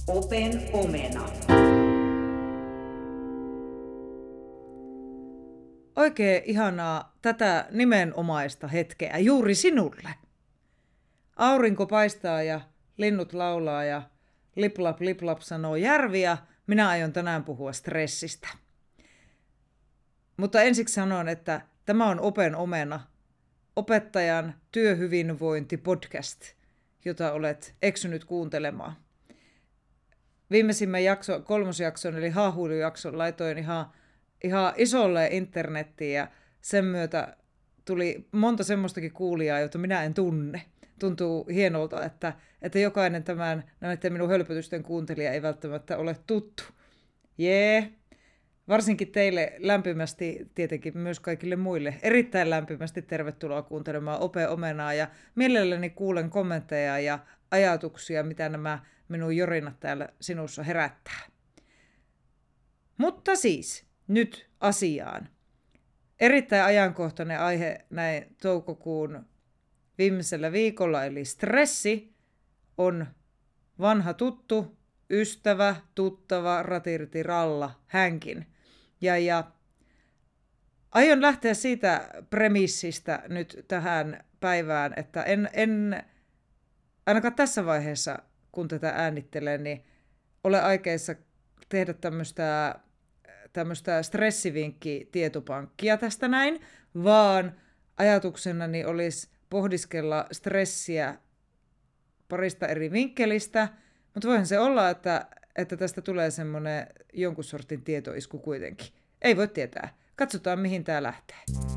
Open omena. Oikein ihanaa tätä nimenomaista hetkeä juuri sinulle. Aurinko paistaa ja linnut laulaa ja liplap sanoo järviä. Minä aion tänään puhua stressistä. Mutta ensiksi sanon, että tämä on Open omena, opettajan työhyvinvointipodcast, jota olet eksynyt kuuntelemaan. Viimeisimmän kolmosjakson eli haahuilujakson laitoin ihan isolle internettiin ja sen myötä tuli monta semmoistakin kuulijaa, jota minä en tunne. Tuntuu hienolta, että jokainen näiden minun hölpötysten kuuntelija ei välttämättä ole tuttu. Jee! Varsinkin teille lämpimästi, tietenkin myös kaikille muille, erittäin lämpimästi tervetuloa kuuntelemaan Open omenaa ja mielelläni kuulen kommentteja ja ajatuksia, mitä nämä minun jorinat täällä sinussa herättää. Mutta siis, nyt asiaan. Erittäin ajankohtainen aihe näin toukokuun viimeisellä viikolla, eli stressi on vanha tuttu, ystävä, tuttava, ratirti, ralla, hänkin. Ja aion lähteä siitä premissistä nyt tähän päivään, että en ainakaan tässä vaiheessa, kun tätä äänittelen, niin ole aikeissa tehdä tämmöistä stressivinkki-tietopankkia tästä näin, vaan ajatuksenani olisi pohdiskella stressiä parista eri vinkkelistä, mutta voihan se olla, että tästä tulee semmoinen jonkun sortin tietoisku kuitenkin. Ei voi tietää. Katsotaan, mihin tämä lähtee.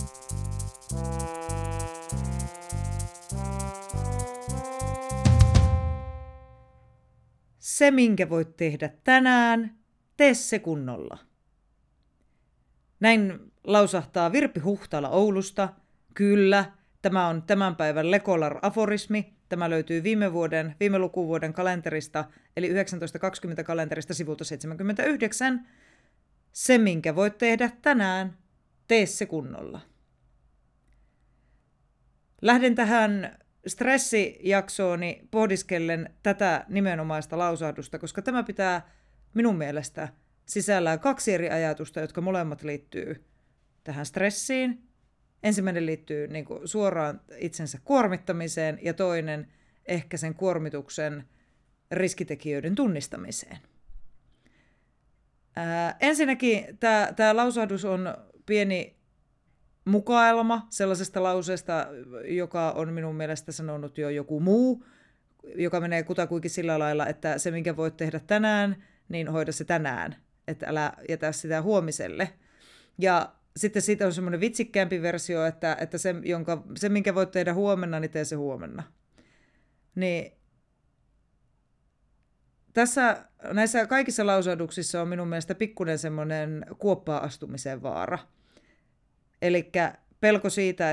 Se, minkä voit tehdä tänään, tee se kunnolla. Näin lausahtaa Virpi Huhtala Oulusta. Kyllä, tämä on tämän päivän Lekolar-aforismi. Tämä löytyy viime lukuvuoden kalenterista, eli 1920 kalenterista sivulta 79. Se, minkä voit tehdä tänään, tee se kunnolla. Lähden tähän stressijaksooni pohdiskellen tätä nimenomaista lausahdusta, koska tämä pitää minun mielestä sisällään kaksi eri ajatusta, jotka molemmat liittyy tähän stressiin. Ensimmäinen liittyy suoraan itsensä kuormittamiseen ja toinen ehkä sen kuormituksen riskitekijöiden tunnistamiseen. Ensinnäkin tämä lausahdus on pieni mukaelma sellaisesta lauseesta, joka on minun mielestä sanonut jo joku muu, joka menee kutakuinkin sillä lailla, että se minkä voit tehdä tänään, niin hoida se tänään, että älä jätä sitä huomiselle. Ja sitten siitä on semmoinen vitsikkäämpi versio, että se minkä voit tehdä huomenna, niin tee se huomenna. Niin näissä kaikissa lausahduksissa on minun mielestä pikkuinen semmoinen kuoppaan astumisen vaara. Elikkä pelko siitä,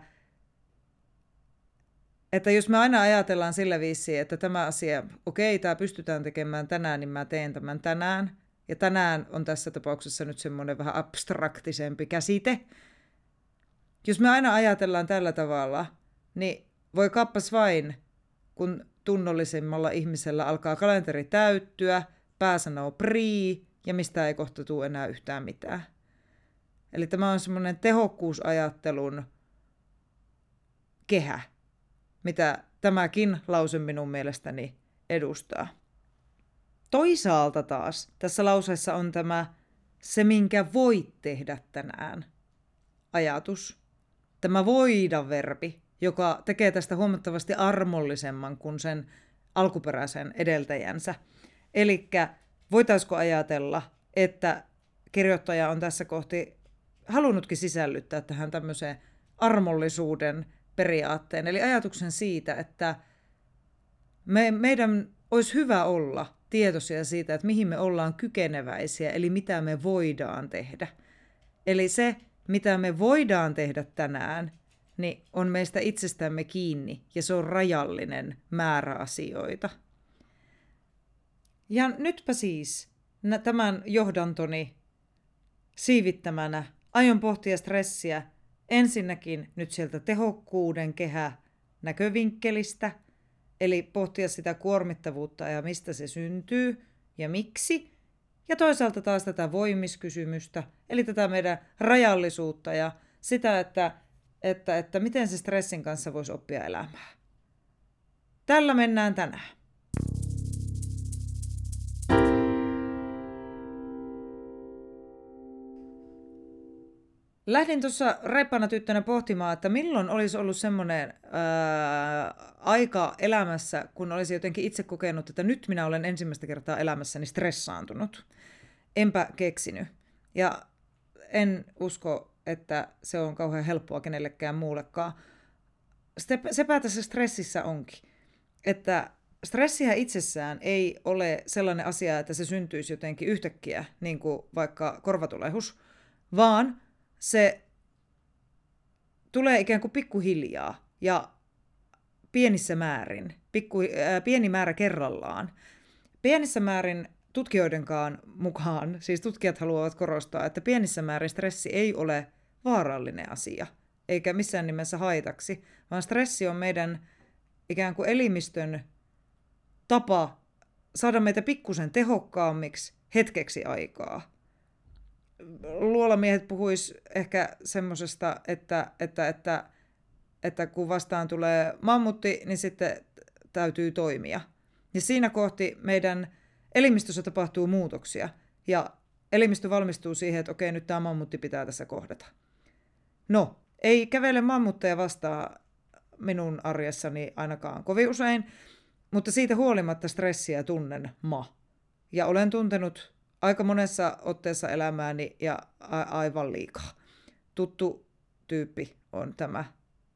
että jos me aina ajatellaan sillä viisiin, että tämä asia, tämä pystytään tekemään tänään, niin mä teen tämän tänään. Ja tänään on tässä tapauksessa nyt semmoinen vähän abstraktisempi käsite. Jos me aina ajatellaan tällä tavalla, niin voi kappas vain, kun tunnollisemmalla ihmisellä alkaa kalenteri täyttyä, pää sanoo prii ja mistä ei kohta tule enää yhtään mitään. Eli tämä on semmoinen tehokkuusajattelun kehä, mitä tämäkin lause minun mielestäni edustaa. Toisaalta taas tässä lauseessa on tämä se, minkä voit tehdä tänään ajatus. Tämä voida-verbi, joka tekee tästä huomattavasti armollisemman kuin sen alkuperäisen edeltäjänsä. Elikkä voitaisiko ajatella, että kirjoittaja on tässä kohti halunnutkin sisällyttää tähän tämmöiseen armollisuuden periaatteen, eli ajatuksen siitä, että meidän olisi hyvä olla tietoisia siitä, että mihin me ollaan kykeneväisiä, eli mitä me voidaan tehdä. Eli se, mitä me voidaan tehdä tänään, niin on meistä itsestämme kiinni, ja se on rajallinen määrä asioita. Ja nytpä siis tämän johdantoni siivittämänä aion pohtia stressiä ensinnäkin nyt sieltä tehokkuuden kehä näkövinkkelistä, eli pohtia sitä kuormittavuutta ja mistä se syntyy, ja miksi. Ja toisaalta taas tätä voimiskysymystä, eli tätä meidän rajallisuutta ja sitä, että miten se stressin kanssa voisi oppia elämään. Tällä mennään tänään. Lähdin tuossa reippaana tyttönä pohtimaan, että milloin olisi ollut semmoinen aika elämässä, kun olisi jotenkin itse kokenut, että nyt minä olen ensimmäistä kertaa elämässäni stressaantunut. Enpä keksinyt. Ja en usko, että se on kauhean helppoa kenellekään muullekaan. Sepä tässä stressissä onkin, että stressihän itsessään ei ole sellainen asia, että se syntyisi jotenkin yhtäkkiä, niin kuin vaikka korvatulehus, vaan se tulee ikään kuin pikkuhiljaa ja pienissä määrin, pieni määrä kerrallaan. Pienissä määrin tutkijoidenkaan mukaan, siis tutkijat haluavat korostaa, että pienissä määrin stressi ei ole vaarallinen asia, eikä missään nimessä haitaksi, vaan stressi on meidän ikään kuin elimistön tapa saada meitä pikkusen tehokkaammiksi hetkeksi aikaa. Luolamiehet puhuis ehkä semmosesta, että kun vastaan tulee mammutti, niin sitten täytyy toimia. Ja siinä kohti meidän elimistössä tapahtuu muutoksia. Ja elimistö valmistuu siihen, että okei, nyt tämä mammutti pitää tässä kohdata. No, ei kävele mammutteja vastaan minun arjessani ainakaan kovin usein, mutta siitä huolimatta stressiä tunnen Ja olen tuntenut aika monessa otteessa elämääni ja aivan liikaa. Tuttu tyyppi on tämä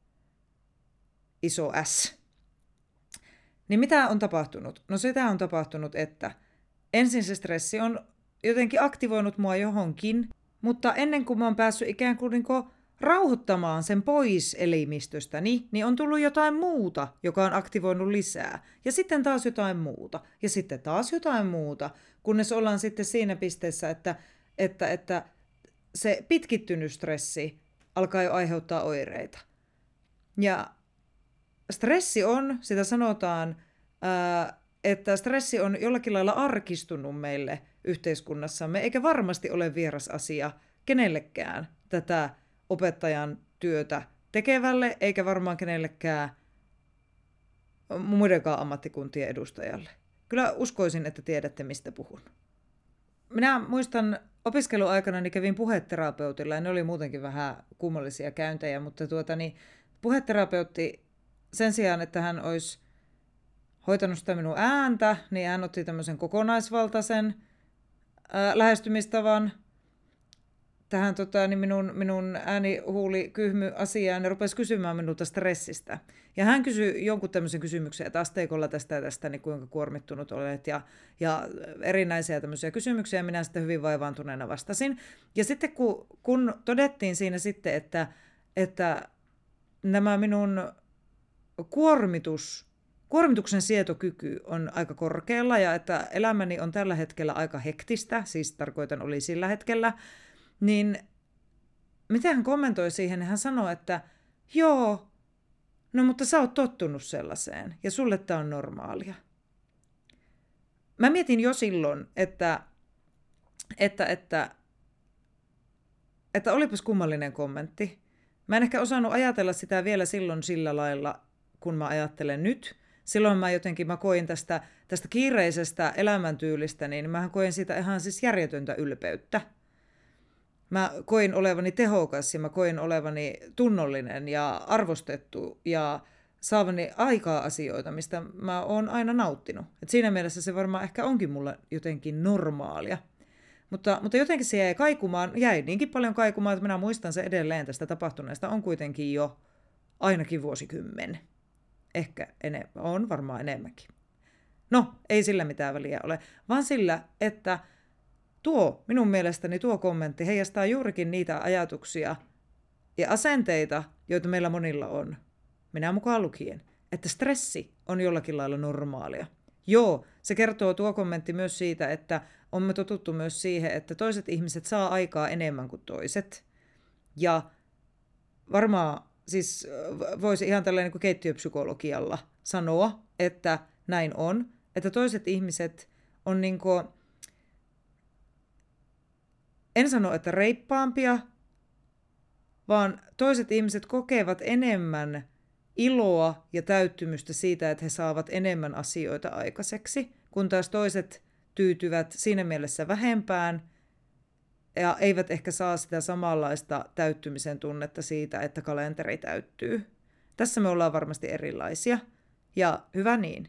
iso S. Niin mitä on tapahtunut? No sitä on tapahtunut, että ensin se stressi on jotenkin aktivoinut mua johonkin, mutta ennen kuin mä oon päässyt ikään kuin rauhoittamaan sen pois elimistöstäni, niin on tullut jotain muuta, joka on aktivoinut lisää. Ja sitten taas jotain muuta. Ja sitten taas jotain muuta, kunnes ollaan sitten siinä pisteessä, että se pitkittynyt stressi alkaa jo aiheuttaa oireita. Ja stressi on, sitä sanotaan, että stressi on jollakin lailla arkistunut meille yhteiskunnassamme, eikä varmasti ole vieras asia kenellekään tätä opettajan työtä tekevälle, eikä varmaan kenellekään muidenkaan ammattikuntien edustajalle. Kyllä uskoisin, että tiedätte, mistä puhun. Minä muistan opiskeluaikana niin kävin puheterapeutilla, ja ne oli muutenkin vähän kummallisia käyntejä, mutta puheterapeutti sen sijaan, että hän olisi hoitanut sitä minun ääntä, niin hän otti tämmöisen kokonaisvaltaisen lähestymistavan tähän minun ääni-huuli kyhmy asiaan ja rupesi kysymään minulta stressistä. Ja hän kysyi jonkun tämmöisen kysymyksen, että asteikolla tästä ja tästä, niin kuinka kuormittunut olet ja erinäisiä tämmöisiä kysymyksiä, minä sitten hyvin vaivaantuneena vastasin. Ja sitten kun todettiin siinä sitten, että nämä minun kuormituksen sietokyky on aika korkealla ja että elämäni on tällä hetkellä aika hektistä, siis tarkoitan oli sillä hetkellä, niin mitä hän kommentoi siihen, hän sanoi, että joo, no mutta sä oot tottunut sellaiseen ja sulle tää on normaalia. Mä mietin jo silloin, että olipas kummallinen kommentti. Mä en ehkä osannut ajatella sitä vielä silloin sillä lailla, kun mä ajattelen nyt. Silloin mä koin tästä kiireisestä elämäntyylistä, niin mä koin siitä ihan siis järjetöntä ylpeyttä. Mä koin olevani tehokas ja mä koin olevani tunnollinen ja arvostettu ja saavani aikaa asioita, mistä mä oon aina nauttinut. Et siinä mielessä se varmaan ehkä onkin mulle jotenkin normaalia. Mutta jotenkin se jäi niinkin paljon kaikumaan, että minä muistan se edelleen tästä tapahtuneesta. On kuitenkin jo ainakin vuosikymmen. Ehkä on varmaan enemmänkin. No, ei sillä mitään väliä ole, vaan sillä, että minun mielestäni tuo kommentti heijastaa juurikin niitä ajatuksia ja asenteita, joita meillä monilla on, minä mukaan lukien, että stressi on jollakin lailla normaalia. Joo, se kertoo tuo kommentti myös siitä, että olemme totuttu myös siihen, että toiset ihmiset saa aikaa enemmän kuin toiset. Ja varmaan siis voisi ihan tällainen niin kuin keittiöpsykologialla sanoa, että näin on, että toiset ihmiset on niin kuin en sano, että reippaampia, vaan toiset ihmiset kokevat enemmän iloa ja täyttymystä siitä, että he saavat enemmän asioita aikaiseksi, kun taas toiset tyytyvät siinä mielessä vähempään ja eivät ehkä saa sitä samanlaista täyttymisen tunnetta siitä, että kalenteri täyttyy. Tässä me ollaan varmasti erilaisia ja hyvä niin.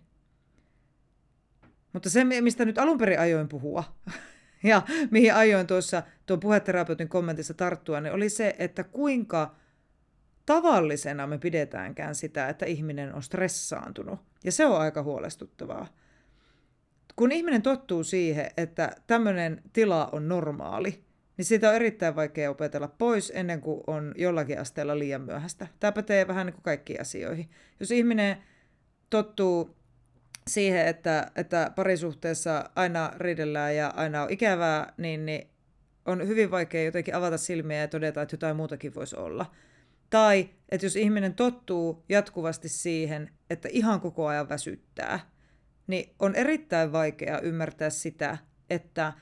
Mutta se, mistä nyt alun perin ajoin puhua ja mihin ajoin tuossa tuon puheterapeutin kommentissa tarttua, niin oli se, että kuinka tavallisena me pidetäänkään sitä, että ihminen on stressaantunut. Ja se on aika huolestuttavaa. Kun ihminen tottuu siihen, että tämmöinen tila on normaali, niin siitä on erittäin vaikea opetella pois ennen kuin on jollakin asteella liian myöhäistä. Tämä pätee vähän niin kuin kaikkiin asioihin. Jos ihminen tottuu siihen, että parisuhteessa aina riidellään ja aina on ikävää, niin on hyvin vaikea jotenkin avata silmiä ja todeta, että jotain muutakin voisi olla. Tai että jos ihminen tottuu jatkuvasti siihen, että ihan koko ajan väsyttää, niin on erittäin vaikea ymmärtää sitä, että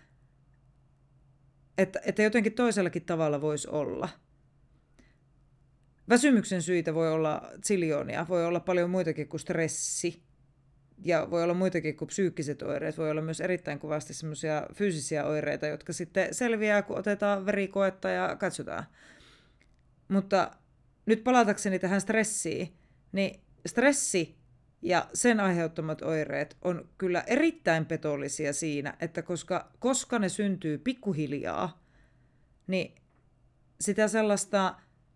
jotenkin toisellakin tavalla voisi olla. Väsymyksen syitä voi olla ziljoonia, voi olla paljon muitakin kuin stressi. Ja voi olla muitakin kuin psyykkiset oireet, voi olla myös erittäin kovasti semmoisia fyysisiä oireita, jotka sitten selviää, kun otetaan verikoetta ja katsotaan. Mutta nyt palatakseni tähän stressiin, niin stressi ja sen aiheuttamat oireet on kyllä erittäin petollisia siinä, että koska ne syntyy pikkuhiljaa, niin sitä sellaista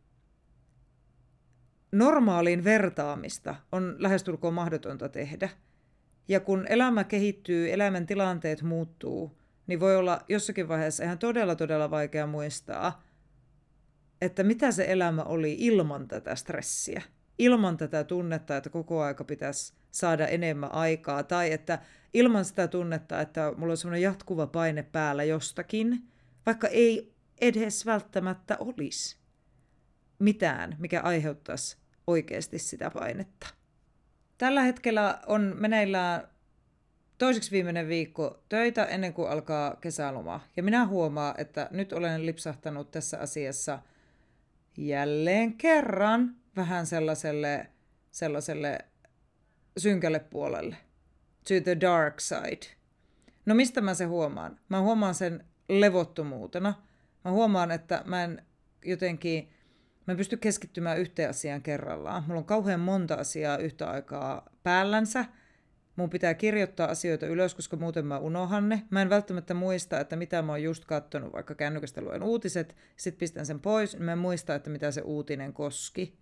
normaaliin vertaamista on lähestulkoon mahdotonta tehdä. Ja kun elämä kehittyy, elämän tilanteet muuttuu, niin voi olla jossakin vaiheessa ihan todella vaikea muistaa, että mitä se elämä oli ilman tätä stressiä. Ilman tätä tunnetta, että koko aika pitäisi saada enemmän aikaa. Tai että ilman sitä tunnetta, että mulla on semmoinen jatkuva paine päällä jostakin, vaikka ei edes välttämättä olisi mitään, mikä aiheuttaisi oikeasti sitä painetta. Tällä hetkellä on meneillään toiseksi viimeinen viikko töitä ennen kuin alkaa kesäloma. Ja minä huomaan, että nyt olen lipsahtanut tässä asiassa jälleen kerran vähän sellaiselle synkälle puolelle. To the dark side. No mistä mä se huomaan? Mä huomaan sen levottomuutena. Mä huomaan, että mä en pysty keskittymään yhteen asiaan kerrallaan. Mulla on kauhean monta asiaa yhtä aikaa päällänsä. Mun pitää kirjoittaa asioita ylös, koska muuten mä unohan ne. Mä en välttämättä muista, että mitä mä oon just katsonut, vaikka kännykästä luen uutiset, sit pistän sen pois, niin mä en muista, että mitä se uutinen koski.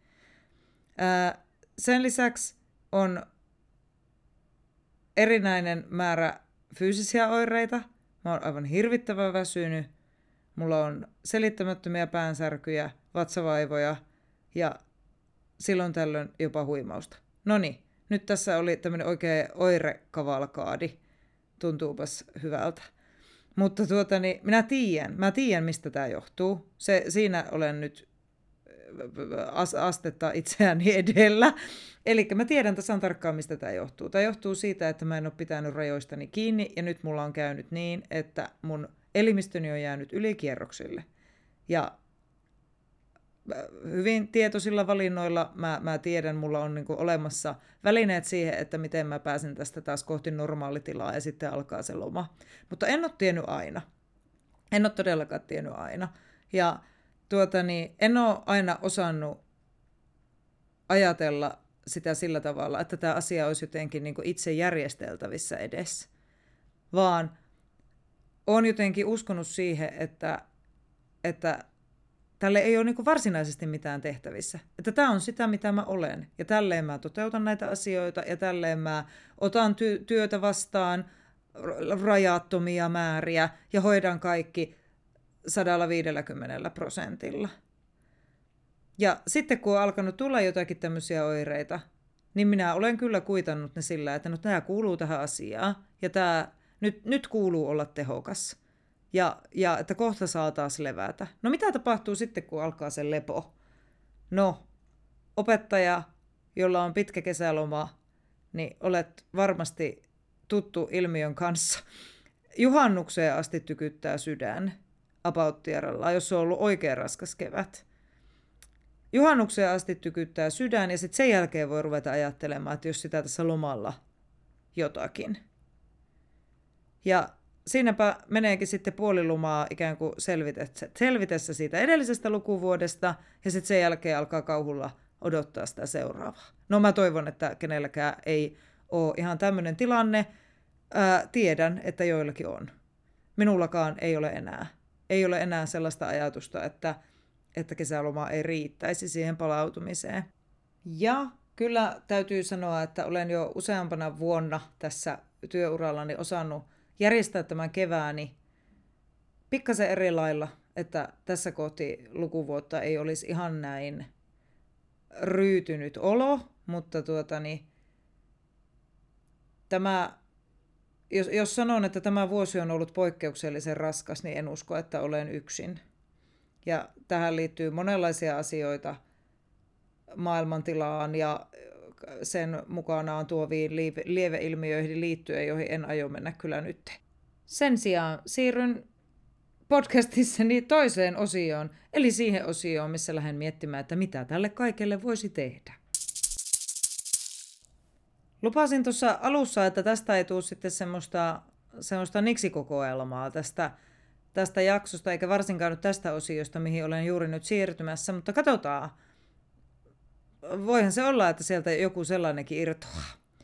Sen lisäksi on erinäinen määrä fyysisiä oireita. Mä oon aivan hirvittävän väsynyt. Mulla on selittämättömiä päänsärkyjä, vatsavaivoja ja silloin tällöin jopa huimausta. Noniin, nyt tässä oli tämmöinen oikea oirekavalkaadi. Tuntuupas hyvältä. Mutta mä tiedän, mistä tämä johtuu. Siinä olen nyt astetta itseäni edellä. Eli mä tiedän tasan tarkkaan, mistä tämä johtuu. Tämä johtuu siitä, että mä en ole pitänyt rajoistani kiinni ja nyt mulla on käynyt niin, että mun elimistöni on jäänyt ylikierroksille. Ja hyvin tietoisilla valinnoilla mä tiedän, mulla on niinku olemassa välineet siihen, että miten mä pääsen tästä taas kohti normaalitilaa ja sitten alkaa se loma. Mutta en ole tiennyt aina. En ole todellakaan tiennyt aina. Ja en ole aina osannut ajatella sitä sillä tavalla, että tämä asia olisi jotenkin niinku itse järjesteltävissä edes. Vaan olen jotenkin uskonut siihen, että tälle ei ole niin varsinaisesti mitään tehtävissä. Että tämä on sitä, mitä mä olen. Ja tälleen mä toteutan näitä asioita ja tälleen mä otan työtä vastaan rajattomia määriä ja hoidan kaikki 150%. Ja sitten kun on alkanut tulla jotakin tämmöisiä oireita, niin minä olen kyllä kuitannut ne sillä, että no tämä kuuluu tähän asiaan ja tämä nyt kuuluu olla tehokas. Ja että kohta saa taas levätä. No mitä tapahtuu sitten, kun alkaa se lepo? No, opettaja, jolla on pitkä kesäloma, niin olet varmasti tuttu ilmiön kanssa. Juhannukseen asti tykyttää sydän. about-tierrallaan, jos on ollut oikein raskas kevät. Juhannukseen asti tykyttää sydän ja sitten sen jälkeen voi ruveta ajattelemaan, että jos sitä tässä lomalla jotakin. Ja siinäpä meneekin sitten puolilumaa ikään kuin selvitessä siitä edellisestä lukuvuodesta ja sitten sen jälkeen alkaa kauhulla odottaa sitä seuraavaa. No mä toivon, että kenelläkään ei ole ihan tämmöinen tilanne. Tiedän, että joillakin on. Minullakaan ei ole enää. Ei ole enää sellaista ajatusta, että kesäloma ei riittäisi siihen palautumiseen. Ja kyllä täytyy sanoa, että olen jo useampana vuonna tässä työurallani osannut järjestää tämän kevääni pikkasen eri lailla, että tässä kohti lukuvuotta ei olisi ihan näin ryytynyt olo, mutta tämä, jos sanon, että tämä vuosi on ollut poikkeuksellisen raskas, niin en usko, että olen yksin. Ja tähän liittyy monenlaisia asioita maailmantilaan ja sen mukanaan tuoviin lieveilmiöihin liittyen, joihin en aio mennä kyllä nyt. Sen sijaan siirryn podcastissani toiseen osioon, eli siihen osioon, missä lähden miettimään, että mitä tälle kaikelle voisi tehdä. Lupasin tuossa alussa, että tästä ei tule sitten semmoista niksi-kokoelmaa tästä jaksosta, eikä varsinkaan nyt tästä osiosta, mihin olen juuri nyt siirtymässä, mutta katsotaan. Voihan se olla, että sieltä joku sellainenkin irtoaa.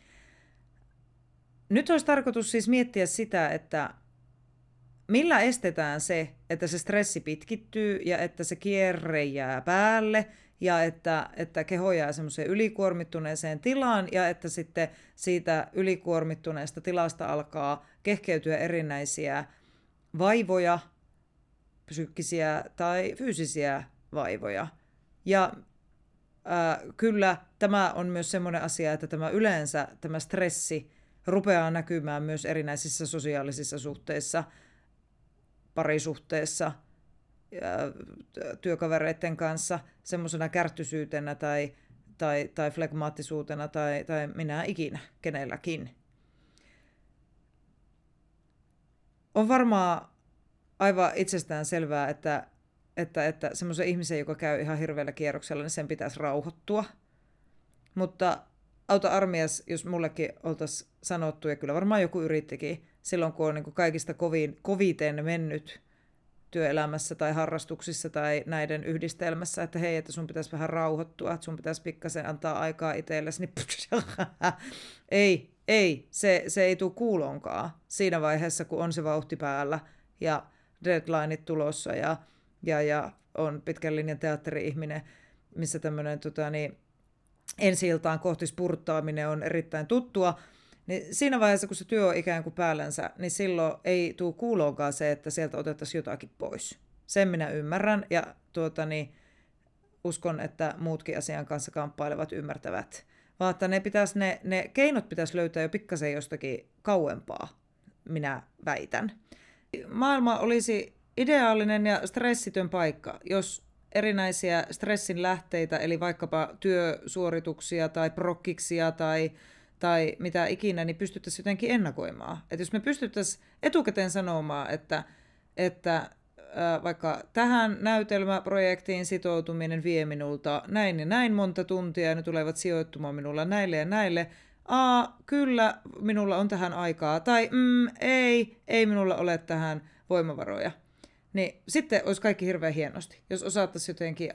Nyt olisi tarkoitus siis miettiä sitä, että millä estetään se, että se stressi pitkittyy ja että se kierre jää päälle ja että keho jää semmoiseen ylikuormittuneeseen tilaan ja että sitten siitä ylikuormittuneesta tilasta alkaa kehkeytyä erinäisiä vaivoja, psyykkisiä tai fyysisiä vaivoja. Ja kyllä tämä on myös semmoinen asia, että tämä stressi rupeaa näkymään myös erinäisissä sosiaalisissa suhteissa, parisuhteessa, työkavereiden kanssa semmoisena kärttysyytenä tai flegmaattisuutena tai minä ikinä kenelläkin. On varmaan aivan itsestään selvää, että semmoisen ihmisen, joka käy ihan hirveällä kierroksella, niin sen pitäisi rauhoittua. Mutta auta armias, jos mullekin oltaisiin sanottu, ja kyllä varmaan joku yrittikin, silloin kun on niin kuin kaikista koviten mennyt työelämässä tai harrastuksissa tai näiden yhdistelmässä, että hei, että sun pitäisi vähän rauhoittua, että sun pitäisi pikkasen antaa aikaa itsellesi, niin se ei tule kuulonkaan siinä vaiheessa, kun on se vauhti päällä ja deadlineit tulossa ja on pitkän linjan teatteri-ihminen, missä tämmöinen ensi-iltaan kohti spurttaaminen on erittäin tuttua, niin siinä vaiheessa, kun se työ on ikään kuin päällänsä, niin silloin ei tule kuuloonkaan se, että sieltä otettaisiin jotakin pois. Sen minä ymmärrän ja uskon, että muutkin asian kanssa kamppailevat ymmärtävät. Vaan että ne keinot pitäisi löytää jo pikkasen jostakin kauempaa, minä väitän. Maailma olisi ideaalinen ja stressitön paikka, jos erinäisiä stressin lähteitä, eli vaikkapa työsuorituksia tai prokkiksia tai mitä ikinä, niin pystyttäisiin jotenkin ennakoimaan. Että jos me pystyttäisiin etukäteen sanomaan, että vaikka tähän näytelmäprojektiin sitoutuminen vie minulta näin ja näin monta tuntia, ja ne tulevat sijoittumaan minulla näille ja näille, kyllä, minulla on tähän aikaa, tai ei minulla ole tähän voimavaroja. Niin sitten olisi kaikki hirveän hienosti, jos osattaisiin jotenkin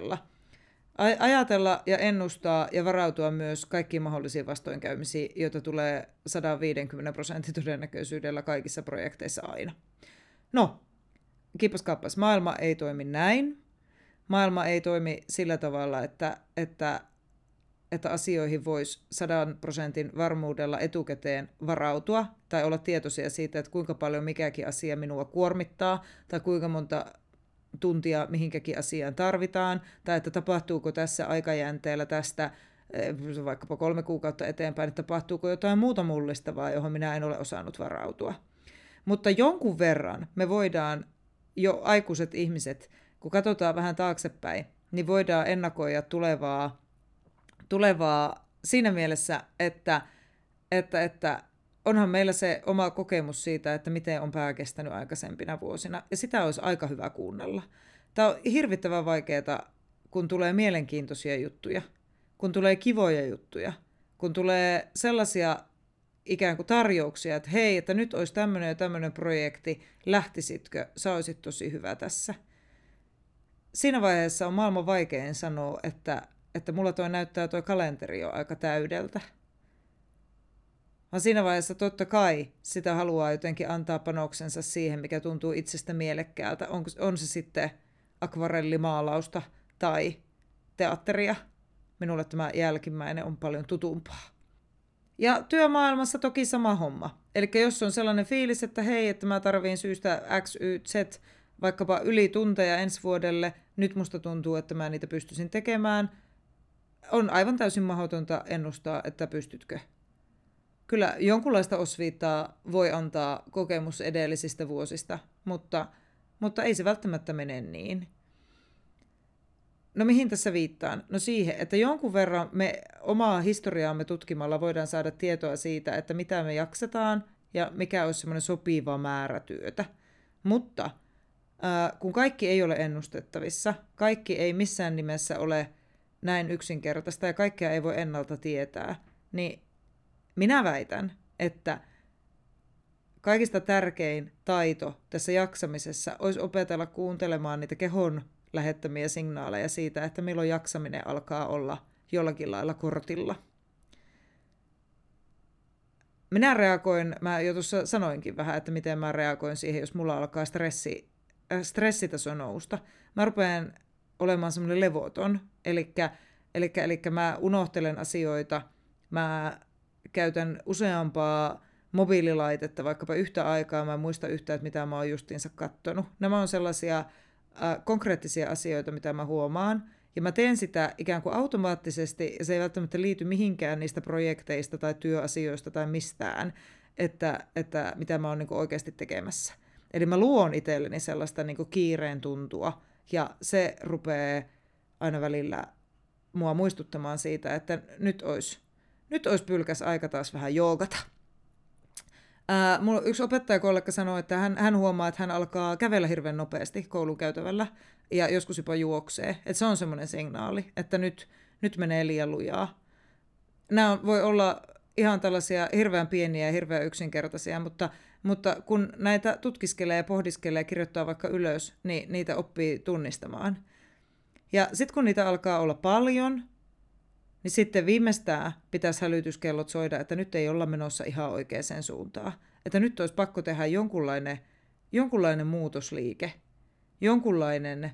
ajatella ja ennustaa ja varautua myös kaikkiin mahdollisiin vastoinkäymisiin, joita tulee 150% todennäköisyydellä kaikissa projekteissa aina. No, kiitos kappas, maailma ei toimi näin. Maailma ei toimi sillä tavalla, että asioihin voisi 100% varmuudella etukäteen varautua tai olla tietoisia siitä, että kuinka paljon mikäkin asia minua kuormittaa tai kuinka monta tuntia mihinkäkin asiaan tarvitaan, tai että tapahtuuko tässä aikajänteellä tästä vaikkapa 3 kuukautta eteenpäin, että tapahtuuko jotain muuta mullistavaa, johon minä en ole osannut varautua. Mutta jonkun verran me voidaan, jo aikuiset ihmiset, kun katsotaan vähän taaksepäin, niin voidaan ennakoida tulevaa siinä mielessä, että onhan meillä se oma kokemus siitä, että miten on pää kestänyt aikaisempina vuosina, ja sitä olisi aika hyvä kuunnella. Tämä on hirvittävän vaikeaa, kun tulee mielenkiintoisia juttuja, kun tulee kivoja juttuja, kun tulee sellaisia ikään kuin tarjouksia, että hei, että nyt olisi tämmöinen ja tämmöinen projekti, lähtisitkö, sä olisit tosi hyvä tässä. Siinä vaiheessa on maailman vaikein sanoa, että mulla näyttää toi kalenteri jo aika täydeltä. Vaan siinä vaiheessa totta kai sitä haluaa jotenkin antaa panoksensa siihen, mikä tuntuu itsestä mielekkäältä. On se sitten akvarellimaalausta tai teatteria. Minulle tämä jälkimmäinen on paljon tutumpaa. Ja työmaailmassa toki sama homma. Eli jos on sellainen fiilis, että hei, että mä tarviin syystä X, Y, Z, vaikkapa yli tunteja ensi vuodelle, nyt musta tuntuu, että mä niitä pystyisin tekemään, on aivan täysin mahdotonta ennustaa, että pystytkö. Kyllä jonkunlaista osviittaa voi antaa kokemus edellisistä vuosista, mutta ei se välttämättä mene niin. No mihin tässä viittaan? No siihen, että jonkun verran me omaa historiaamme tutkimalla voidaan saada tietoa siitä, että mitä me jaksetaan ja mikä olisi semmoinen sopiva määrä työtä. Mutta kun kaikki ei ole ennustettavissa, kaikki ei missään nimessä ole näin yksinkertaista ja kaikkea ei voi ennalta tietää, niin minä väitän, että kaikista tärkein taito tässä jaksamisessa olisi opetella kuuntelemaan niitä kehon lähettämiä signaaleja siitä, että milloin jaksaminen alkaa olla jollakin lailla kortilla. Minä reagoin, mä jo tuossa sanoinkin vähän, että miten mä reagoin siihen, jos mulla alkaa stressitaso nousta. Mä rupean olemaan semmoinen levoton, eli mä unohtelen asioita, mä käytän useampaa mobiililaitetta, vaikkapa yhtä aikaa, mä en muista yhtään, että mitä mä oon justiinsa kattonut. Nämä on sellaisia konkreettisia asioita, mitä mä huomaan, ja mä teen sitä ikään kuin automaattisesti, ja se ei välttämättä liity mihinkään niistä projekteista tai työasioista tai mistään, että mitä mä oon niin kuin oikeasti tekemässä. Eli mä luon itselleni sellaista niin kuin kiireen tuntua, ja se rupeaa aina välillä mua muistuttamaan siitä, että nyt olisi pylkäs aika taas vähän joogata. Mulla yksi opettajakollega sanoi, että hän huomaa, että hän alkaa kävellä hirveän nopeasti koulun käytävällä ja joskus jopa juoksee. Että se on semmoinen signaali, että nyt menee liian lujaa. Nämä voi olla ihan tällaisia hirveän pieniä ja hirveän yksinkertaisia, mutta kun näitä tutkiskelee ja pohdiskelee ja kirjoittaa vaikka ylös, niin niitä oppii tunnistamaan. Ja sitten kun niitä alkaa olla paljon, niin sitten viimeistään pitäisi hälytyskellot soida, että nyt ei olla menossa ihan oikeaan suuntaan. Että nyt olisi pakko tehdä jonkunlainen muutosliike, jonkunlainen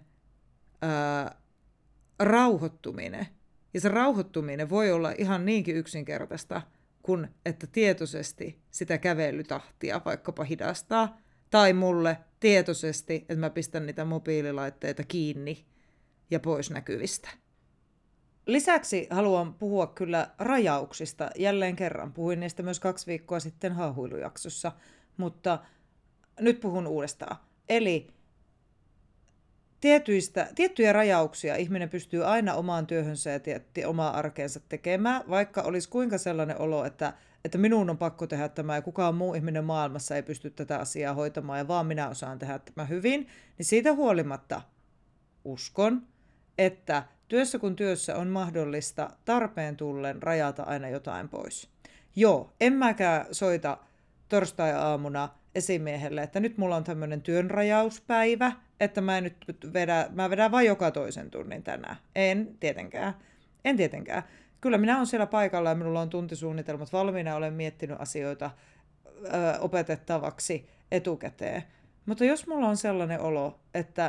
rauhoittuminen. Ja se rauhoittuminen voi olla ihan niinkin yksinkertaista, kun että tietoisesti sitä kävelytahtia vaikkapa hidastaa, tai mulle tietoisesti, että mä pistän niitä mobiililaitteita kiinni ja pois näkyvistä. Lisäksi haluan puhua kyllä rajauksista jälleen kerran. Puhuin niistä myös 2 viikkoa sitten haahuilujaksossa, mutta nyt puhun uudestaan. Eli tiettyjä rajauksia ihminen pystyy aina omaan työhönsä ja omaa arkeensa tekemään, vaikka olisi kuinka sellainen olo, että minun on pakko tehdä tämä ja kukaan muu ihminen maailmassa ei pysty tätä asiaa hoitamaan ja vaan minä osaan tehdä tämä hyvin, niin siitä huolimatta uskon, että työssä kun työssä on mahdollista tarpeen tullen rajata aina jotain pois. Joo, en mäkään soita torstai-aamuna esimiehelle, että nyt mulla on tämmöinen työnrajauspäivä, että mä vedän vain joka toisen tunnin tänään. En tietenkään. Kyllä minä olen siellä paikalla ja minulla on tuntisuunnitelmat valmiina, olen miettinyt asioita opetettavaksi etukäteen. Mutta jos mulla on sellainen olo,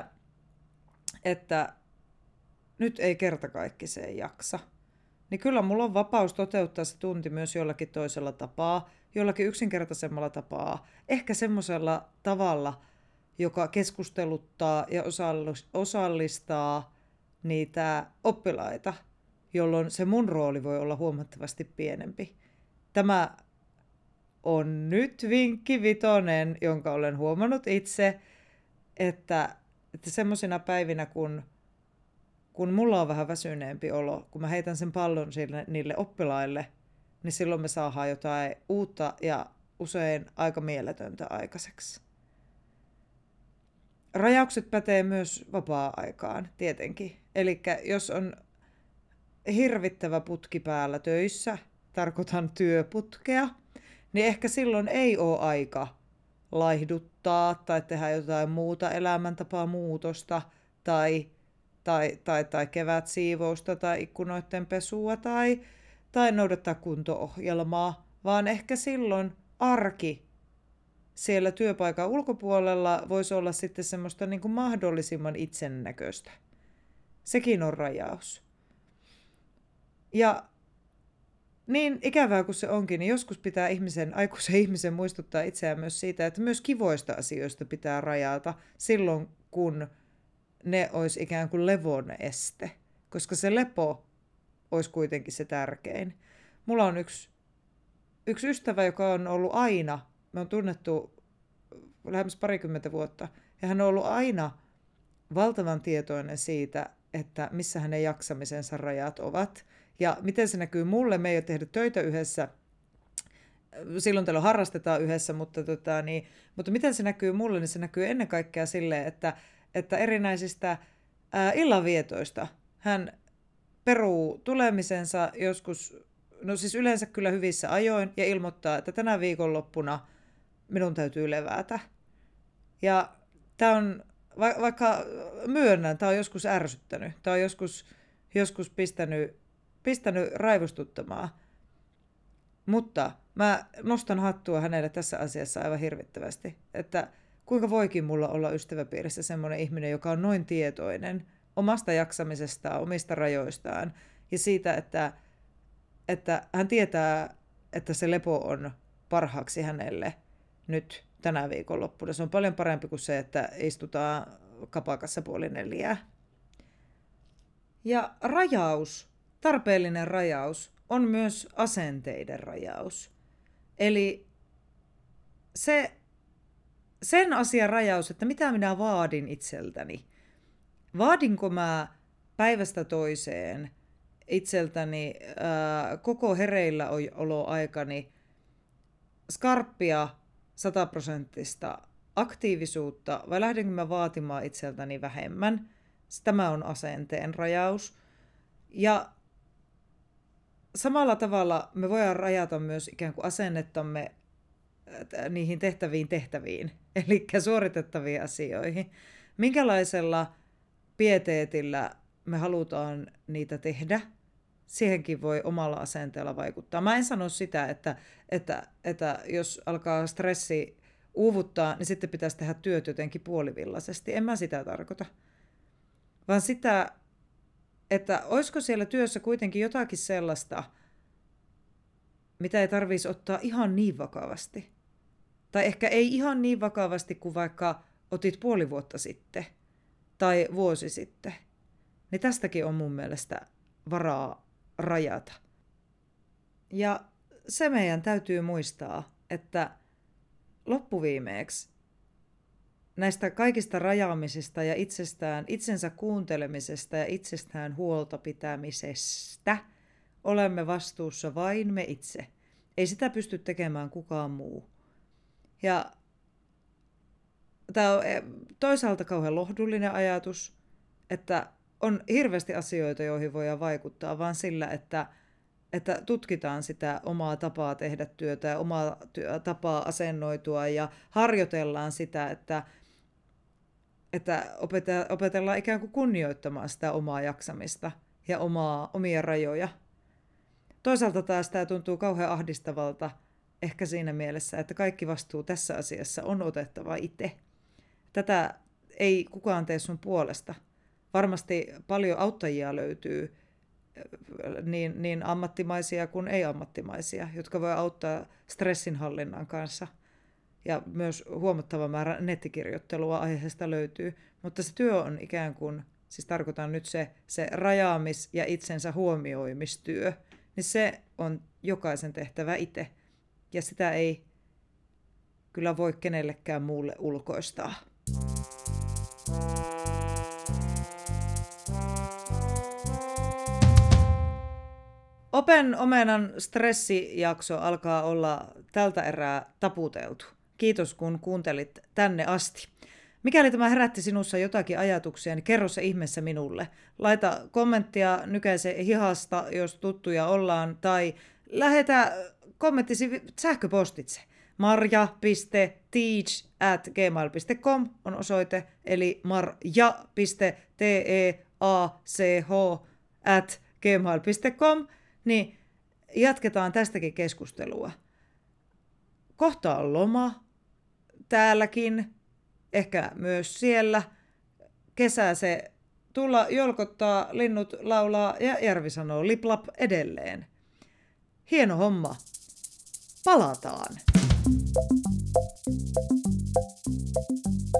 että nyt ei kertakaikkiseen jaksa, niin kyllä mulla on vapaus toteuttaa se tunti myös jollakin toisella tapaa, jollakin yksinkertaisemmalla tapaa, ehkä semmoisella tavalla, joka keskusteluttaa ja osallistaa niitä oppilaita, jolloin se mun rooli voi olla huomattavasti pienempi. Tämä on nyt vinkki 5, jonka olen huomannut itse, että semmoisina päivinä, kun mulla on vähän väsyneempi olo, kun mä heitän sen pallon niille oppilaille, niin silloin me saadaan jotain uutta ja usein aika mieletöntä aikaiseksi. Rajaukset pätee myös vapaa-aikaan, tietenkin. Eli jos on hirvittävä putki päällä töissä, tarkoitan työputkea, niin ehkä silloin ei ole aika laihduttaa tai tehdä jotain muuta elämäntapaa muutosta tai kevätsiivousta tai ikkunoiden pesua tai noudattaa kunto-ohjelmaa, vaan ehkä silloin arki siellä työpaikan ulkopuolella voisi olla sitten semmoista niin kuin mahdollisimman itsennäköistä. Sekin on rajaus. Ja niin ikävää kuin se onkin, niin joskus pitää aikuisen ihmisen muistuttaa itseään myös siitä, että myös kivoista asioista pitää rajata silloin, kun ne olisi ikään kuin levon este. Koska se lepo olisi kuitenkin se tärkein. Mulla on yksi ystävä, joka on ollut aina, me on tunnettu lähemmäs 20 vuotta, ja hän on ollut aina valtavan tietoinen siitä, että missä hänen jaksamisensa rajat ovat. Ja miten se näkyy mulle, me ei ole tehty töitä yhdessä, silloin teillä harrastetaan yhdessä, mutta miten se näkyy mulle, niin se näkyy ennen kaikkea silleen, että erinäisistä illanvietoista hän peruu tulemisensa joskus, no siis yleensä kyllä hyvissä ajoin, ja ilmoittaa, että tänä viikonloppuna minun täytyy levätä. Ja tämä on, vaikka myönnän, tämä on joskus ärsyttänyt, tämä on joskus pistänyt raivostuttamaan. Mutta mä nostan hattua hänelle tässä asiassa aivan hirvittävästi, että kuinka voikin mulla olla ystäväpiirissä semmoinen ihminen, joka on noin tietoinen omasta jaksamisestaan, omista rajoistaan ja siitä, että hän tietää, että se lepo on parhaaksi hänelle nyt tänä viikonloppuna. Se on paljon parempi kuin se, että istutaan kapakassa 3:30. Ja rajaus, tarpeellinen rajaus, on myös asenteiden rajaus. Eli sen asian rajaus, että mitä minä vaadin itseltäni. Vaadinko mä päivästä toiseen itseltäni koko hereilläoloaikani skarppia 100% aktiivisuutta vai lähdenkö mä vaatimaan itseltäni vähemmän? Tämä on asenteen rajaus. Ja samalla tavalla me voidaan rajata myös ikään kuin asennettamme niihin tehtäviin, eli suoritettaviin asioihin. Minkälaisella pieteetillä me halutaan niitä tehdä, siihenkin voi omalla asenteella vaikuttaa. Mä en sano sitä, että jos alkaa stressi uuvuttaa, niin sitten pitäisi tehdä työt jotenkin puolivillaisesti. En mä sitä tarkoita. Vaan sitä, että olisiko siellä työssä kuitenkin jotakin sellaista, mitä ei tarvitsisi ottaa ihan niin vakavasti. Tai ehkä ei ihan niin vakavasti kuin vaikka otit puoli vuotta sitten tai vuosi sitten. Niin tästäkin on mun mielestä varaa rajata. Ja se meidän täytyy muistaa, että loppuviimeeksi näistä kaikista rajaamisista ja itsensä kuuntelemisesta ja itsestään huolta pitämisestä olemme vastuussa vain me itse. Ei sitä pysty tekemään kukaan muu. Ja tämä on toisaalta kauhean lohdullinen ajatus, että on hirveästi asioita, joihin voidaan vaikuttaa, vaan sillä, että tutkitaan sitä omaa tapaa tehdä työtä ja omaa tapaa asennoitua ja harjoitellaan sitä, että opetellaan ikään kuin kunnioittamaan sitä omaa jaksamista ja omia rajoja. Toisaalta taas tämä tuntuu kauhean ahdistavalta ehkä siinä mielessä, että kaikki vastuu tässä asiassa on otettava itse. Tätä ei kukaan tee sun puolesta. Varmasti paljon auttajia löytyy, niin ammattimaisia kuin ei-ammattimaisia, jotka voi auttaa stressinhallinnan kanssa. Ja myös huomattava määrä nettikirjoittelua aiheesta löytyy. Mutta se työ on ikään kuin, siis tarkoitan nyt se rajaamis- ja itsensä huomioimistyö, niin se on jokaisen tehtävä itse. Ja sitä ei kyllä voi kenellekään muulle ulkoistaa. Open Omenan stressijakso alkaa olla tältä erää taputeltu. Kiitos kun kuuntelit tänne asti. Mikäli tämä herätti sinussa jotakin ajatuksia, niin kerro se ihmeessä minulle. Laita kommenttia Nykäisen hihasta, jos tuttuja ollaan, tai lähetä kommenttisi sähköpostitse. marja.teach@gmail.com on osoite, eli marja.teach@gmail.com, niin jatketaan tästäkin keskustelua. Kohta on loma täälläkin, ehkä myös siellä. Kesä se tulla jolkottaa, linnut laulaa ja järvi sanoo liplap edelleen. Hieno homma. Palataan.